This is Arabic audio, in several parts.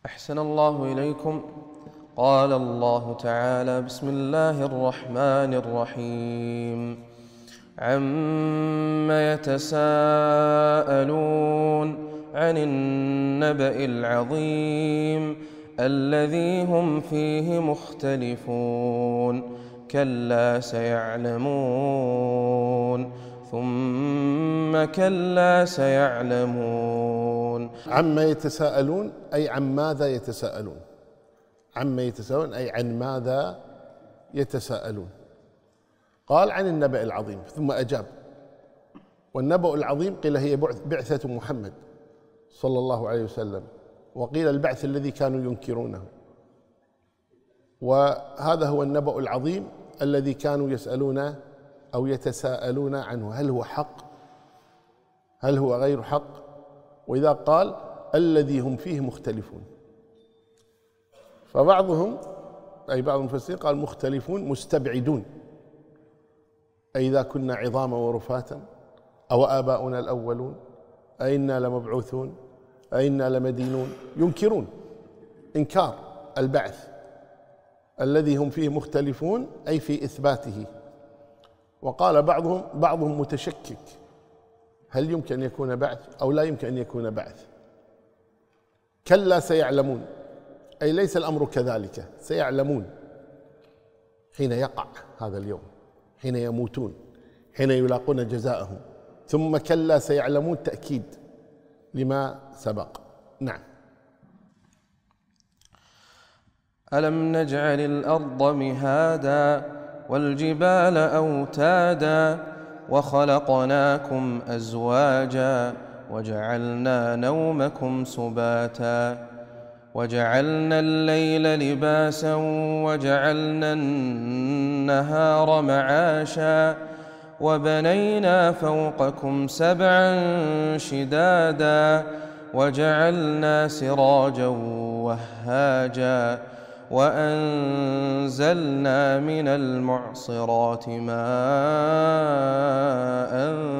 أحسن الله إليكم. قال الله تعالى: بسم الله الرحمن الرحيم. عم يتساءلون عن النبأ العظيم الذي هم فيه مختلفون كلا سيعلمون ثم كلا سيعلمون. عما يتساءلون أي عن ماذا يتساءلون؟ عما يتساءلون أي عن ماذا يتساءلون؟ قال عن النبأ العظيم ثم أجاب. والنبأ العظيم قيل هي بعثة محمد صلى الله عليه وسلم، وقيل البعث الذي كانوا ينكرونه. وهذا هو النبأ العظيم الذي كانوا يسألون أو يتساءلون عنه، هل هو حق؟ هل هو غير حق؟ وإذا قال الذي هم فيه مختلفون، فبعضهم أي بعض المفسرين قال مختلفون مستبعدون، أي إذا كنا عظاما ورفاتا أو آباؤنا الأولون أئنا لمبعوثون أئنا لمدينون، ينكرون إنكار البعث الذي هم فيه مختلفون أي في إثباته. وقال بعضهم متشكك، هل يمكن أن يكون بعث أو لا يمكن أن يكون بعث؟ كلا سيعلمون أي ليس الأمر كذلك، سيعلمون حين يقع هذا اليوم، حين يموتون، حين يلاقون جزاءهم. ثم كلا سيعلمون تأكيد لما سبق. نعم. ألم نجعل الأرض مهادا والجبال أوتادا وخلقناكم أزواجا وجعلنا نومكم سباتا وجعلنا الليل لباسا وجعلنا النهار معاشا وبنينا فوقكم سبعا شدادا وجعلنا سراجا وهاجا وأنزلنا من المعصرات ماء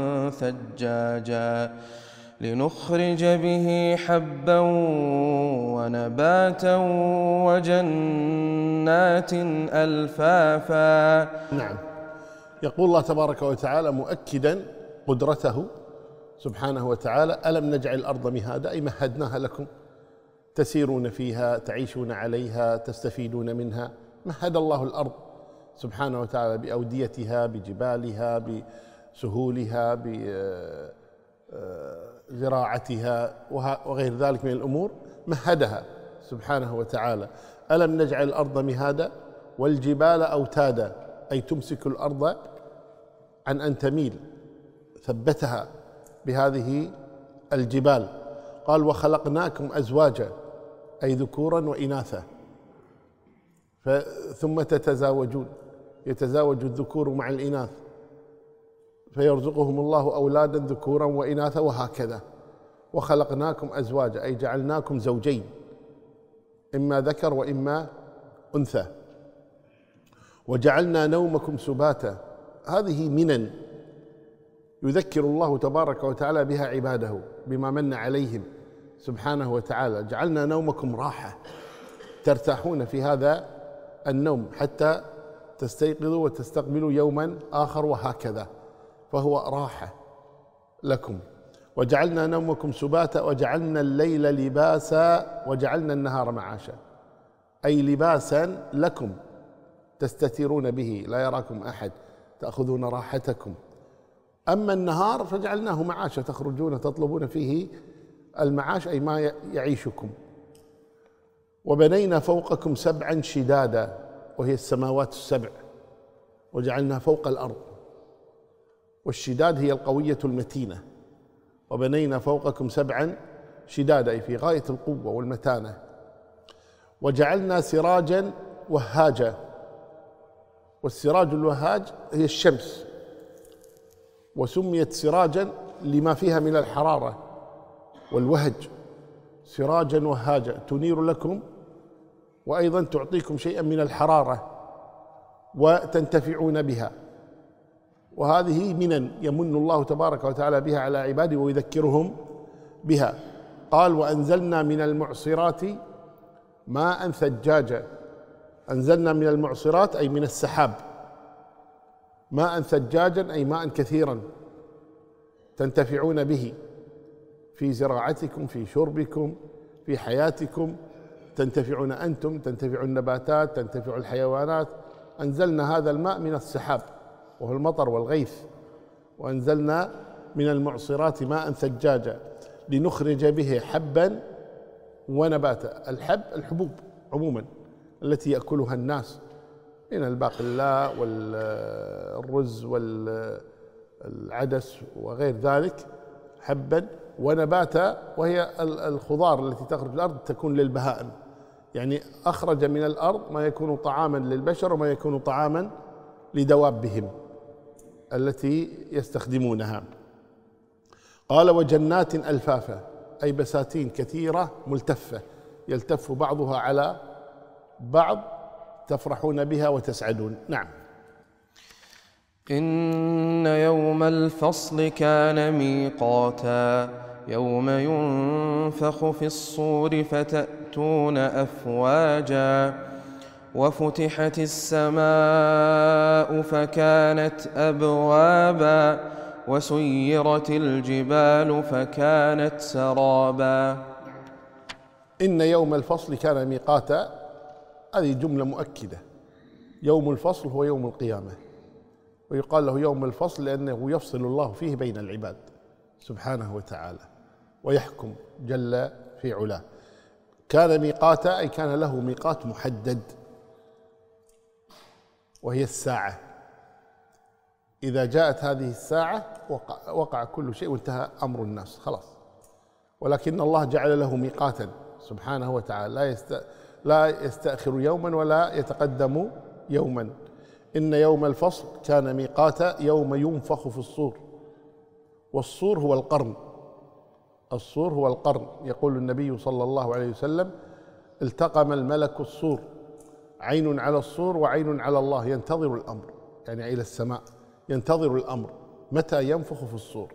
ثجاجا لنخرج به حبا ونباتا وجنات ألفافا. نعم. يقول الله تبارك وتعالى مؤكدا قدرته سبحانه وتعالى: ألم نجعل الأرض مهادا أي مهدناها لكم تسيرون فيها، تعيشون عليها، تستفيدون منها. مهد الله الأرض سبحانه وتعالى بأوديتها، بجبالها، بسهولها، بزراعتها وغير ذلك من الأمور، مهدها سبحانه وتعالى. ألم نجعل الأرض مهادا والجبال أوتادا أي تمسك الأرض عن أن تميل، ثبتها بهذه الجبال. قال وخلقناكم أزواجا أي ذكورا وإناثا، ثم تتزاوجون، يتزاوج الذكور مع الإناث فيرزقهم الله أولادا ذكورا وإناثا وهكذا. وخلقناكم أزواجا أي جعلناكم زوجين، إما ذكر وإما أنثى. وجعلنا نومكم سباتا، هذه منن يذكر الله تبارك وتعالى بها عباده بما من عليهم سبحانه وتعالى. جعلنا نومكم راحة، ترتاحون في هذا النوم حتى تستيقظوا وتستقبلوا يوما آخر وهكذا، فهو راحة لكم. وجعلنا نومكم سباتا وجعلنا الليل لباسا وجعلنا النهار معاشا أي لباسا لكم تستترون به، لا يراكم أحد، تأخذون راحتكم. أما النهار فجعلناه معاشا، تخرجون تطلبون فيه المعاش أي ما يعيشكم. وبنينا فوقكم سبعا شدادا وهي السماوات السبع، وجعلنا فوق الأرض، والشداد هي القوية المتينة. وبنينا فوقكم سبعا شدادا أي في غاية القوة والمتانة. وجعلنا سراجا وهاجا، والسراج الوهاج هي الشمس، وسميت سراجا لما فيها من الحرارة والوهج، سراجا وهاجا تنير لكم وأيضا تعطيكم شيئا من الحرارة وتنتفعون بها. وهذه منن يمن الله تبارك وتعالى بها على عباده ويذكرهم بها. قال وأنزلنا من المعصرات ماء ثجاجا. أنزلنا من المعصرات أي من السحاب، ماء ثجاجا أي ماء كثيرا تنتفعون به في زراعتكم، في شربكم، في حياتكم، تنتفعون أنتم، تنتفع النباتات، تنتفع الحيوانات. أنزلنا هذا الماء من السحاب وهو المطر والغيث، وأنزلنا من المعصرات ماء ثجاجا لنخرج به حبا ونباتا. الحب الحبوب عموما التي يأكلها الناس من الباقلاء والرز والعدس وغير ذلك، حبا ونباتا، وهي الخضار التي تخرج الأرض تكون للبهائم، يعني أخرج من الأرض ما يكون طعاما للبشر وما يكون طعاما لدوابهم التي يستخدمونها. قال وجنات ألفافا أي بساتين كثيرة ملتفة يلتف بعضها على بعض تفرحون بها وتسعدون. نعم. إن يوم الفصل كان ميقاتا يوم ينفخ في الصور فتأتون أفواجا وفتحت السماء فكانت أبوابا وسيرت الجبال فكانت سرابا. إن يوم الفصل كان ميقاتا، هذه جملة مؤكدة. يوم الفصل هو يوم القيامة، ويقال له يوم الفصل لأنه يفصل الله فيه بين العباد سبحانه وتعالى ويحكم جل في علاه. كان ميقاتا أي كان له ميقات محدد، وهي الساعة. إذا جاءت هذه الساعة وقع كل شيء وانتهى أمر الناس خلاص. ولكن الله جعل له ميقاتا سبحانه وتعالى، لا يستأخر يوما ولا يتقدم يوما. إن يوم الفصل كان ميقاتا يوم ينفخ في الصور، والصور هو القرن، الصور هو القرن. يقول النبي صلى الله عليه وسلم التقم الملك الصور، عين على الصور وعين على الله، ينتظر الأمر، يعني إلى السماء، ينتظر الأمر متى ينفخ في الصور.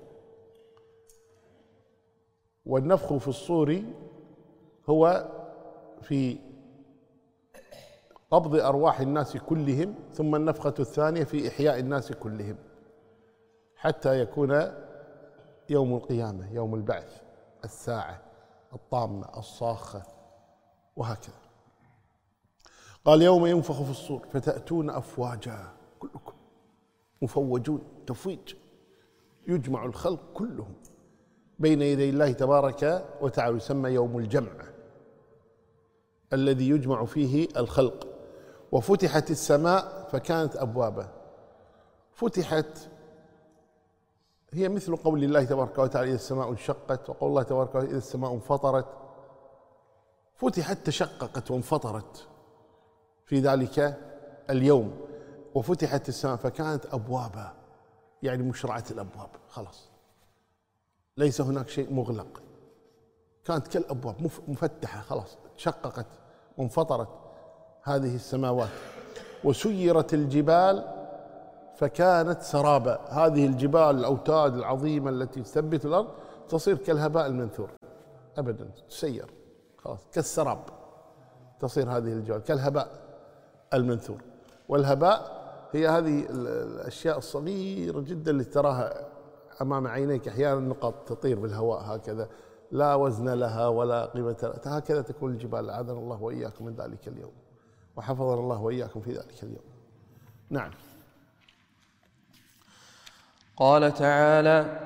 والنفخ في الصور هو في قبض أرواح الناس كلهم، ثم النفخة الثانية في إحياء الناس كلهم، حتى يكون يوم القيامة، يوم البعث، الساعة الطامة الصاخة، وهكذا. قال يوم ينفخ في الصور فتأتون أفواجا، كلكم مفوجون تفويج، يجمع الخلق كلهم بين يدي الله تبارك وتعالى، يسمى يوم الجمع الذي يجمع فيه الخلق. وفتحت السماء فكانت أبوابا. فتحت هي مثل قول الله تبارك وتعالى إذا السماء انشقت، وقول الله تبارك وتعالى إذا السماء انفطرت. فتحت تشققت وانفطرت في ذلك اليوم. وفتحت السماء فكانت أبوابا، يعني مشرعت الأبواب، خلاص ليس هناك شيء مغلق، كانت كالأبواب مفتحة، خلاص تشققت وانفطرت هذه السماوات. وسيرت الجبال فكانت سرابا، هذه الجبال الأوتاد العظيمة التي تثبت الأرض تصير كالهباء المنثور، أبدا تسير خلاص كالسراب، تصير هذه الجبال كالهباء المنثور. والهباء هي هذه الأشياء الصغيرة جدا اللي تراها أمام عينيك، أحيانا نقط تطير بالهواء هكذا، لا وزن لها ولا قيمة لها، هكذا تكون الجبال. أعاذنا الله وإياكم من ذلك اليوم، وحفظنا الله وإياكم في ذلك اليوم. نعم. قال تعالى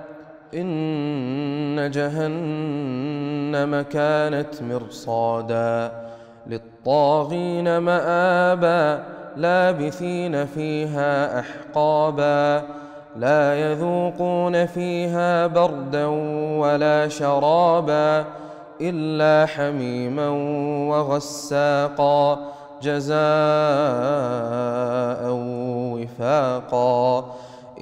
إن جهنم كانت مرصادا للطاغين مآبا لابثين فيها أحقابا لا يذوقون فيها بردا ولا شرابا إلا حميما وغساقا جزاء وفاقا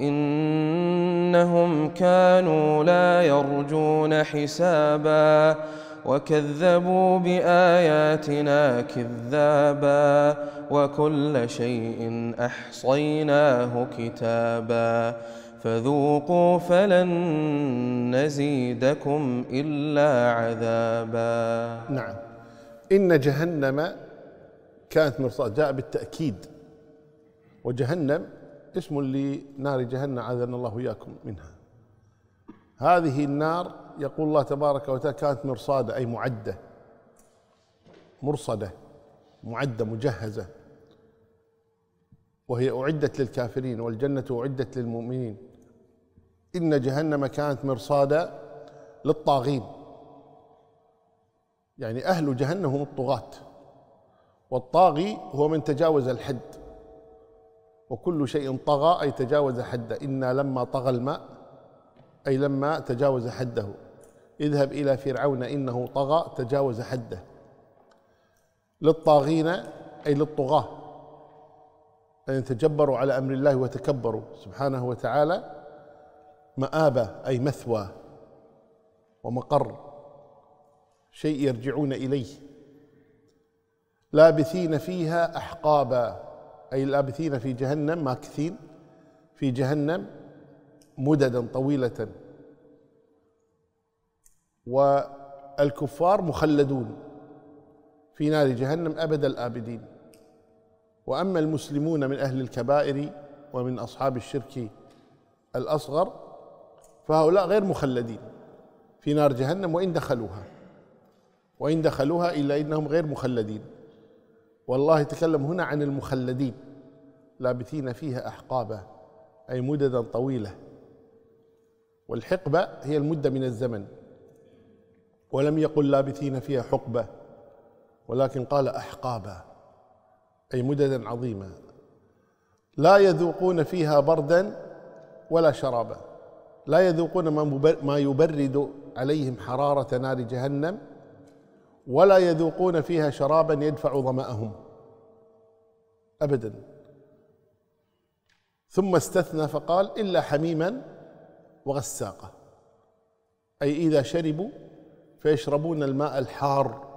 إنهم كانوا لا يرجون حسابا وكذبوا بآياتنا كذابا وكل شيء أحصيناه كتابا فذوقوا فلن نزيدكم إلا عذابا. نعم. إن جهنم كانت مرصاد، جاء بالتأكيد، وجهنم اسم لنار جهنم عاذنا الله وإياكم منها. هذه النار يقول الله تبارك وتعالى كانت مرصادة، أي معدة، مرصدة، معدة، مجهزة، وهي أعدت للكافرين، والجنة أعدت للمؤمنين. إن جهنم كانت مرصادة للطاغين، يعني أهل جهنم هم الطغاة، والطاغي هو من تجاوز الحد، وكل شيء طغى أي تجاوز حده. إنا لما طغى الماء أي لما تجاوز حده. اذهب إلى فرعون إنه طغى تجاوز حده. للطاغين أي للطغاة أن تجبروا على أمر الله وتكبروا سبحانه وتعالى. مآبة أي مثوى ومقر، شيء يرجعون إليه. لابثين فيها أحقابا أي لابثين في جهنم، ماكثين في جهنم مددا طويلة. والكفار مخلدون في نار جهنم أبد الآبدين. وأما المسلمون من أهل الكبائر ومن أصحاب الشرك الأصغر فهؤلاء غير مخلدين في نار جهنم، وإن دخلوها إلا إنهم غير مخلدين. والله يتكلم هنا عن المخلدين، لابثين فيها أحقابا أي مددا طويلة. والحقبة هي المدة من الزمن، ولم يقل لابثين فيها حقبة، ولكن قال أحقابا أي مددا عظيمة. لا يذوقون فيها بردا ولا شرابا، لا يذوقون ما يبرد عليهم حرارة نار جهنم، ولا يذوقون فيها شرابا يدفع ظمأهم أبدا. ثم استثنى فقال إلا حميما وغساقا، أي إذا شربوا فيشربون الماء الحار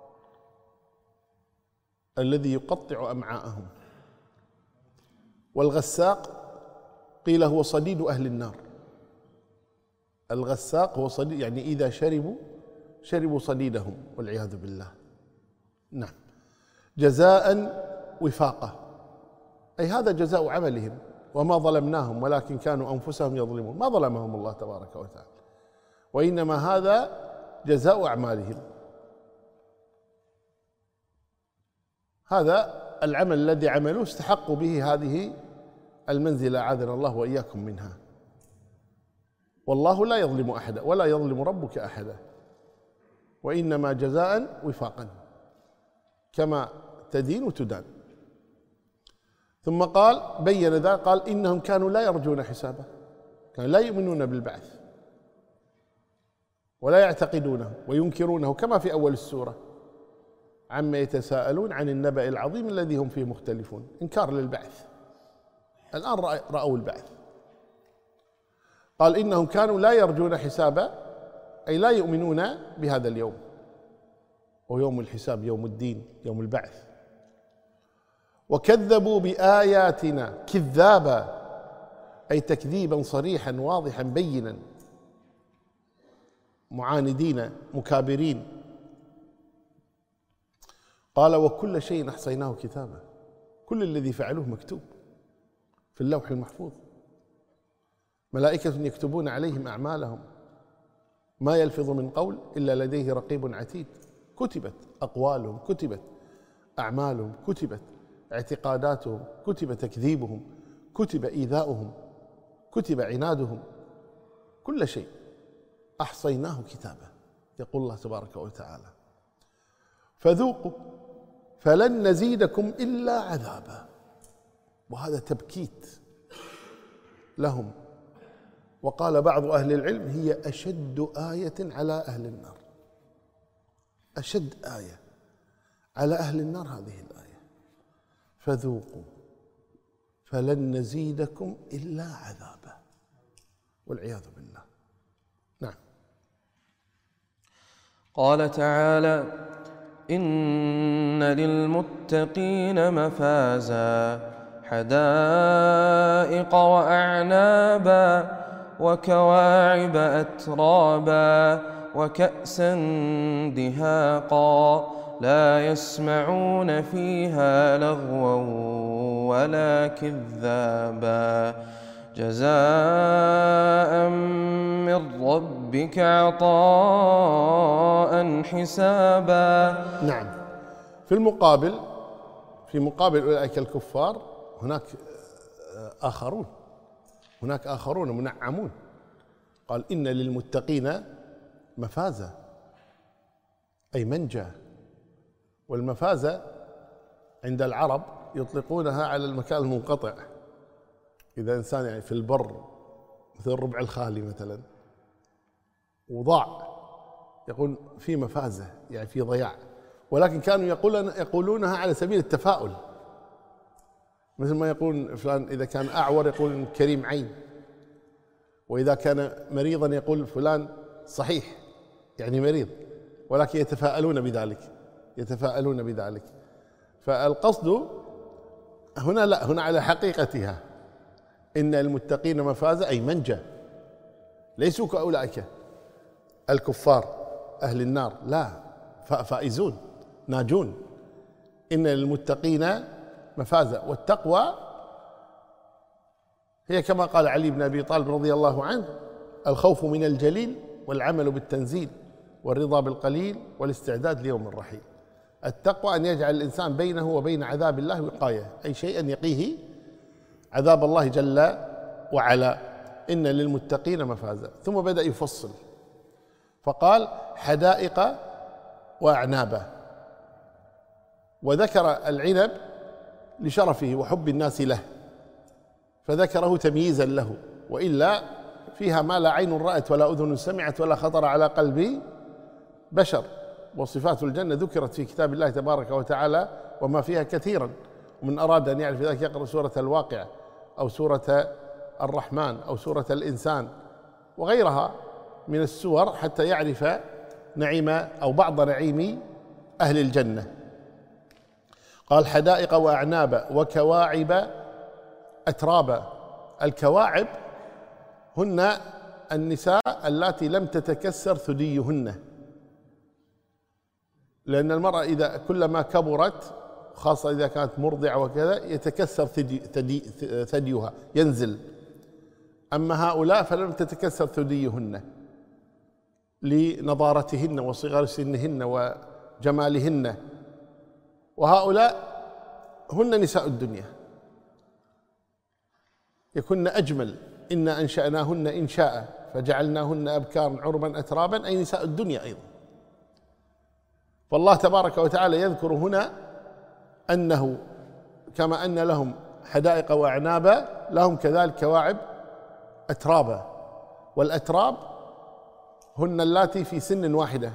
الذي يقطع أمعاءهم. والغساق قيل هو صديد أهل النار. الغساق هو صديد، يعني إذا شربوا صديدهم والعياذ بالله. نعم. جزاء وفاقا أي هذا جزاء عملهم، وما ظلمناهم ولكن كانوا أنفسهم يظلمون. ما ظلمهم الله تبارك وتعالى، وإنما هذا جزاء أعمالهم. هذا العمل الذي عملوه استحقوا به هذه المنزلة، أعاذنا الله وإياكم منها. والله لا يظلم أحدا ولا يظلم ربك أحدا، وإنما جزاء وفاقا كما تدين وتدان. ثم قال بين ذلك، قال إنهم كانوا لا يرجون حسابا، كانوا لا يؤمنون بالبعث ولا يعتقدونه وينكرونه، كما في أول السورة عما يتساءلون عن النبأ العظيم الذي هم فيه مختلفون. إنكار للبعث. الآن رأوا البعث. قال إنهم كانوا لا يرجون حسابا أي لا يؤمنون بهذا اليوم، ويوم الحساب، يوم الدين، يوم البعث. وكذبوا بآياتنا كذابا أي تكذيبا صريحا واضحا بينا، معاندين مكابرين. قال وكل شيء أحصيناه كتابا، كل الذي فعلوه مكتوب في اللوح المحفوظ. ملائكة يكتبون عليهم أعمالهم، ما يلفظ من قول إلا لديه رقيب عتيد. كتبت أقوالهم، كتبت أعمالهم، كتبت اعتقاداتهم، كتب تكذيبهم، كتب إيذاؤهم، كتب عنادهم، كل شيء أحصيناه كتابا. يقول الله تبارك وتعالى فذوقوا فلن نزيدكم إلا عذابا. وهذا تبكيت لهم. وقال بعض أهل العلم هي أشد آية على أهل النار، أشد آية على أهل النار هذه الآية. فذوقوا فلن نزيدكم إلا عذابا، والعياذ بالله. نعم. قال تعالى إن للمتقين مفازا حدائق وأعنابا وكواعب أترابا وكأسا دهاقا لا يسمعون فيها لغوا ولا كذابا جزاء من ربك عطاء حسابا. نعم. في مقابل أولئك الكفار هناك آخرون منعمون. قال إن للمتقين مفازة، أي منجى. والمفازة عند العرب يطلقونها على المكان المنقطع. إذا إنسان يعني في البر مثل الربع الخالي مثلا وضاع، يقول في مفازة يعني في ضياع، ولكن كانوا يقولونها على سبيل التفاؤل، مثل ما يقول فلان إذا كان أعور يقول كريم عين، وإذا كان مريضا يقول فلان صحيح يعني مريض، ولكن يتفاءلون بذلك. فالقصد هنا لا، هنا على حقيقتها، إن المتقين مفازة أي منجى، ليسوا كأولئك الكفار أهل النار، لا، فائزون ناجون. إن للمتقين مفازة. والتقوى هي كما قال علي بن أبي طالب رضي الله عنه: الخوف من الجليل والعمل بالتنزيل والرضا بالقليل والاستعداد ليوم الرحيل. التقوى أن يجعل الإنسان بينه وبين عذاب الله وقاية، أي شيء أن يقيه عذاب الله جل وعلا. إن للمتقين مفازة. ثم بدأ يفصل فقال: حدائق وأعنابا، وذكر العنب لشرفه وحب الناس له، فذكره تمييزا له، وإلا فيها ما لا عين رأت ولا أذن سمعت ولا خطر على قلب بشر. وصفات الجنة ذكرت في كتاب الله تبارك وتعالى وما فيها كثيرا، ومن أراد أن يعرف ذلك يقرأ سورة الواقع أو سورة الرحمن أو سورة الإنسان وغيرها من السور حتى يعرف نعيم أو بعض نعيم أهل الجنة. قال: حدائق وأعنابا وكواعب أترابا. الكواعب هن النساء اللاتي لم تتكسر ثديهن، لأن المرأة إذا كلما كبرت خاصة إذا كانت مرضعة وكذا يتكسر ثديها ينزل. أما هؤلاء فلم تتكسر ثديهن لنضارتهن وصغر سنهن وجمالهن، وهؤلاء هن نساء الدنيا، يكن أجمل. إنا أنشأناهن إنشاء فجعلناهن أبكارا عربا أترابا، أي نساء الدنيا أيضا. فالله تبارك وتعالى يذكر هنا أنه كما أن لهم حدائق وأعنابا لهم كذلك كواعب أترابا. والأتراب هن اللاتي في سن واحدة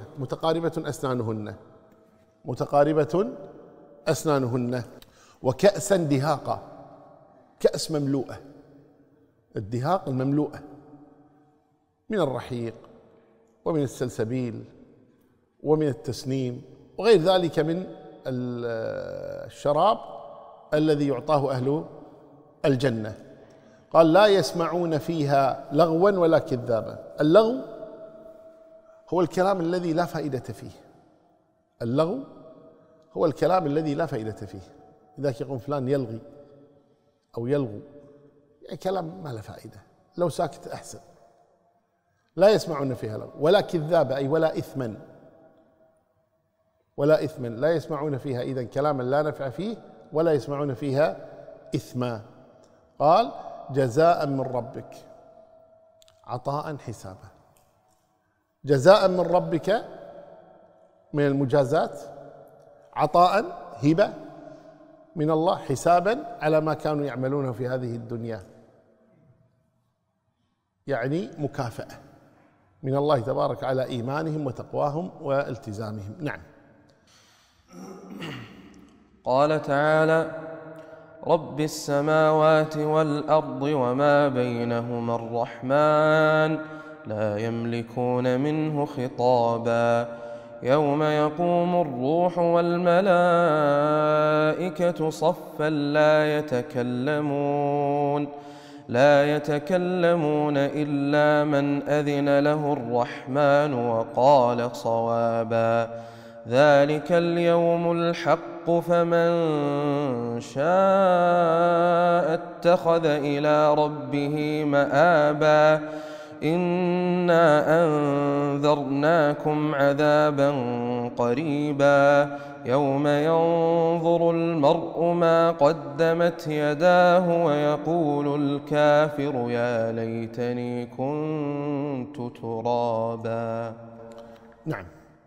متقاربة أسنانهن. وكأسا دهاقا، كأس مملوءة، الدهاق المملوءة من الرحيق ومن السلسبيل ومن التسنيم وغير ذلك من الشراب الذي يعطاه أهل الجنة. قال: لا يسمعون فيها لغوا ولا كذابا. اللغو هو الكلام الذي لا فائدة فيه. اللغو هو الكلام الذي لا فائدة فيه. لذلك يقول فلان يلغي أو يلغو، يعني كلام ما له فائدة، لو ساكت أحسن. لا يسمعون فيها لغوا ولا كذابا، أي ولا إثما، ولا إثما. لا يسمعون فيها إذن كلاما لا نفع فيه، ولا يسمعون فيها إثما. قال: جزاء من ربك عطاء حسابا. جزاء من ربك من المجازات، عطاء هبة من الله، حسابا على ما كانوا يعملونه في هذه الدنيا، يعني مكافأة من الله تبارك على إيمانهم وتقواهم والتزامهم. نعم. قال تعالى: رب السماوات والأرض وما بينهما الرحمن لا يملكون منه خطابا يوم يقوم الروح والملائكة صفا لا يتكلمون إلا من أذن له الرحمن وقال صوابا ذلك اليوم الحق فمن شاء اتخذ إلى ربه مآبا إنا أنذرناكم عذابا قريبا يوم ينظر المرء ما قدمت يداه ويقول الكافر يا ليتني كنت ترابا. نعم.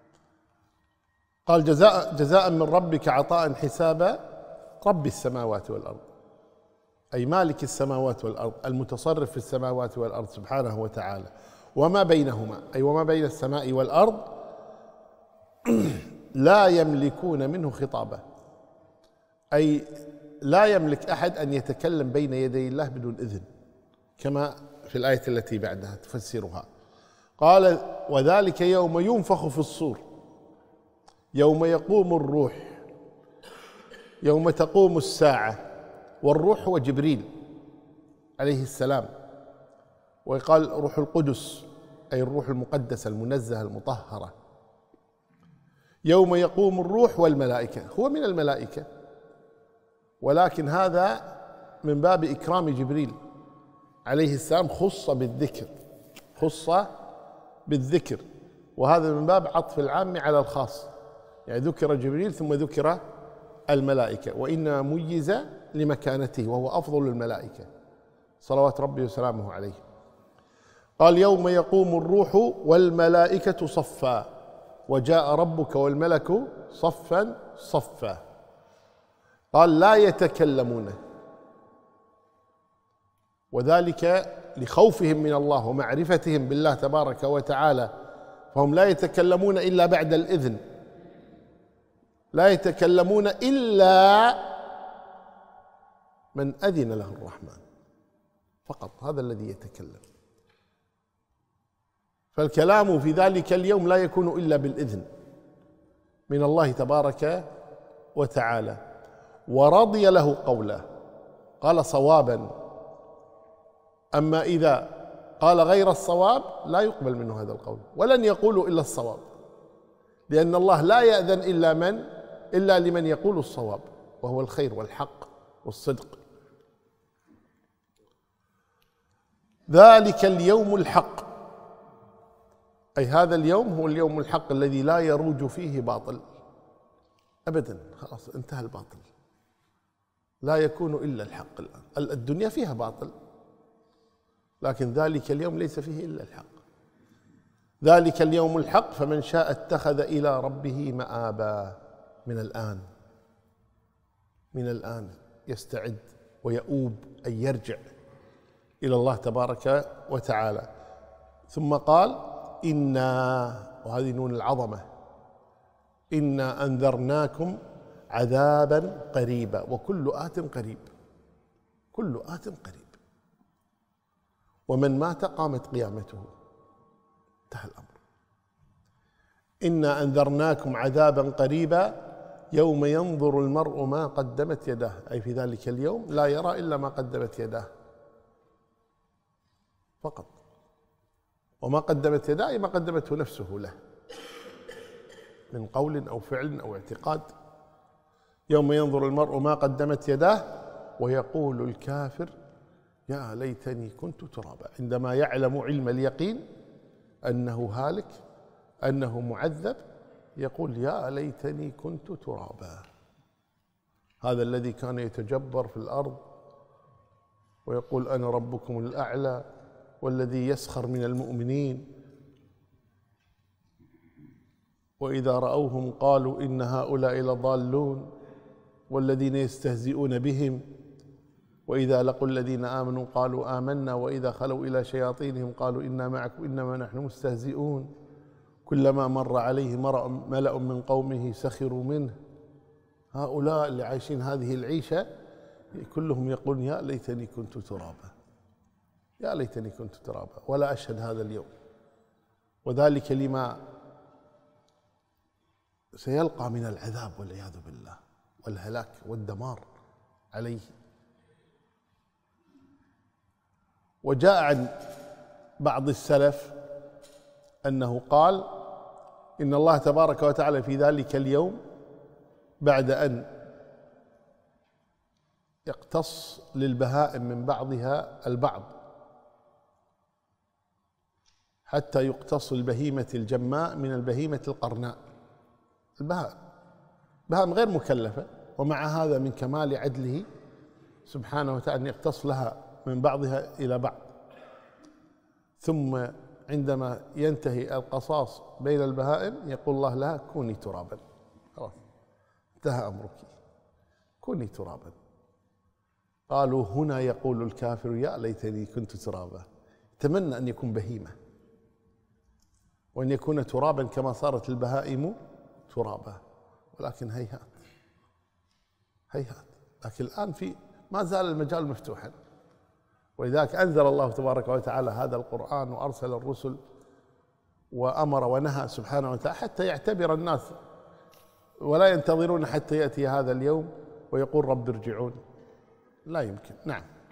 قال جزاء من ربك عطاء حسابا رب السماوات والأرض، أي مالك السماوات والأرض المتصرف في السماوات والأرض سبحانه وتعالى، وما بينهما أي وما بين السماء والأرض لا يملكون منه خطابا، أي لا يملك أحد أن يتكلم بين يدي الله بدون إذن، كما في الآية التي بعدها تفسرها. قال وذلك يوم ينفخ في الصور، يوم يقوم الروح، يوم تقوم الساعة، والروح هو جبريل عليه السلام، ويقال روح القدس أي الروح المقدسة المنزهة المطهرة. يوم يقوم الروح والملائكة، هو من الملائكة، ولكن هذا من باب إكرام جبريل عليه السلام، خص بالذكر، وهذا من باب عطف العام على الخاص، يعني ذكر جبريل ثم ذكر الملائكة، وإنما ميز لمكانته وهو أفضل الملائكة صلوات ربي وسلامه عليه. قال يوم يقوم الروح والملائكة صفا وجاء ربك والملك صفا صفا. قال لا يتكلمون، وذلك لخوفهم من الله ومعرفتهم بالله تبارك وتعالى، فهم لا يتكلمون إلا بعد الإذن، لا يتكلمون إلا من أذن له الرحمن فقط، هذا الذي يتكلم. فالكلام في ذلك اليوم لا يكون إلا بالإذن من الله تبارك وتعالى، ورضي له قولا، قال صوابا، أما إذا قال غير الصواب لا يقبل منه هذا القول، ولن يقول إلا الصواب، لأن الله لا يأذن إلا لمن يقول الصواب، وهو الخير والحق والصدق. ذلك اليوم الحق، أي هذا اليوم هو اليوم الحق الذي لا يروج فيه باطل أبدا، خلاص انتهى الباطل، لا يكون إلا الحق. الآن الدنيا فيها باطل، لكن ذلك اليوم ليس فيه إلا الحق. ذلك اليوم الحق فمن شاء اتخذ إلى ربه مآبا. من الآن يستعد ويؤوب أن يرجع إلى الله تبارك وتعالى. ثم قال إنا، وهذه نون العظمة، إنا أنذرناكم عذابا قريبا، وكل آت قريب، كل آت قريب، ومن مات قامت قيامته، انتهى الأمر. إنا أنذرناكم عذابا قريبا يوم ينظر المرء ما قدمت يداه، أي في ذلك اليوم لا يرى إلا ما قدمت يداه فقط، وما قدمت يداه أي ما قدمته نفسه له من قول أو فعل أو اعتقاد. يوم ينظر المرء ما قدمت يداه ويقول الكافر يا ليتني كنت ترابا، عندما يعلم علم اليقين أنه هالك، أنه معذب، يقول يا ليتني كنت ترابا. هذا الذي كان يتجبر في الأرض ويقول أنا ربكم الأعلى، والذي يسخر من المؤمنين، وإذا رأوهم قالوا إن هؤلاء لضالون، والذين يستهزئون بهم، وإذا لقوا الذين آمنوا قالوا آمنا، وإذا خلوا إلى شياطينهم قالوا إنا معكم إنما نحن مستهزئون، كلما مر عليه ملأ من قومه سخروا منه. هؤلاء اللي عايشين هذه العيشة كلهم يقولون يا ليتني كنت ترابا، يا ليتني كنت ترابا، ولا أشهد هذا اليوم، وذلك لما سيلقى من العذاب والعياذ بالله والهلاك والدمار عليه. وجاء عن بعض السلف أنه قال إن الله تبارك وتعالى في ذلك اليوم بعد أن يقتص للبهائم من بعضها البعض حتى يقتص البهيمة الجماء من البهيمة القرناء، البهائم غير مكلفة، ومع هذا من كمال عدله سبحانه وتعالى أن يقتص لها من بعضها إلى بعض. ثم عندما ينتهي القصاص بين البهائم يقول الله لها كوني ترابا، خلاص انتهى أمرك، كوني ترابا. قالوا هنا يقول الكافر يا ليتني كنت ترابا، تمنى أن يكون بهيمة وأن يكون ترابا كما صارت البهائم ترابا، ولكن هيهات هيهات. لكن الآن ما زال المجال مفتوحا، ولذلك أنزل الله تبارك وتعالى هذا القرآن وأرسل الرسل وأمر ونهى سبحانه وتعالى حتى يعتبر الناس، ولا ينتظرون حتى يأتي هذا اليوم ويقول رب ارجعون، لا يمكن. نعم.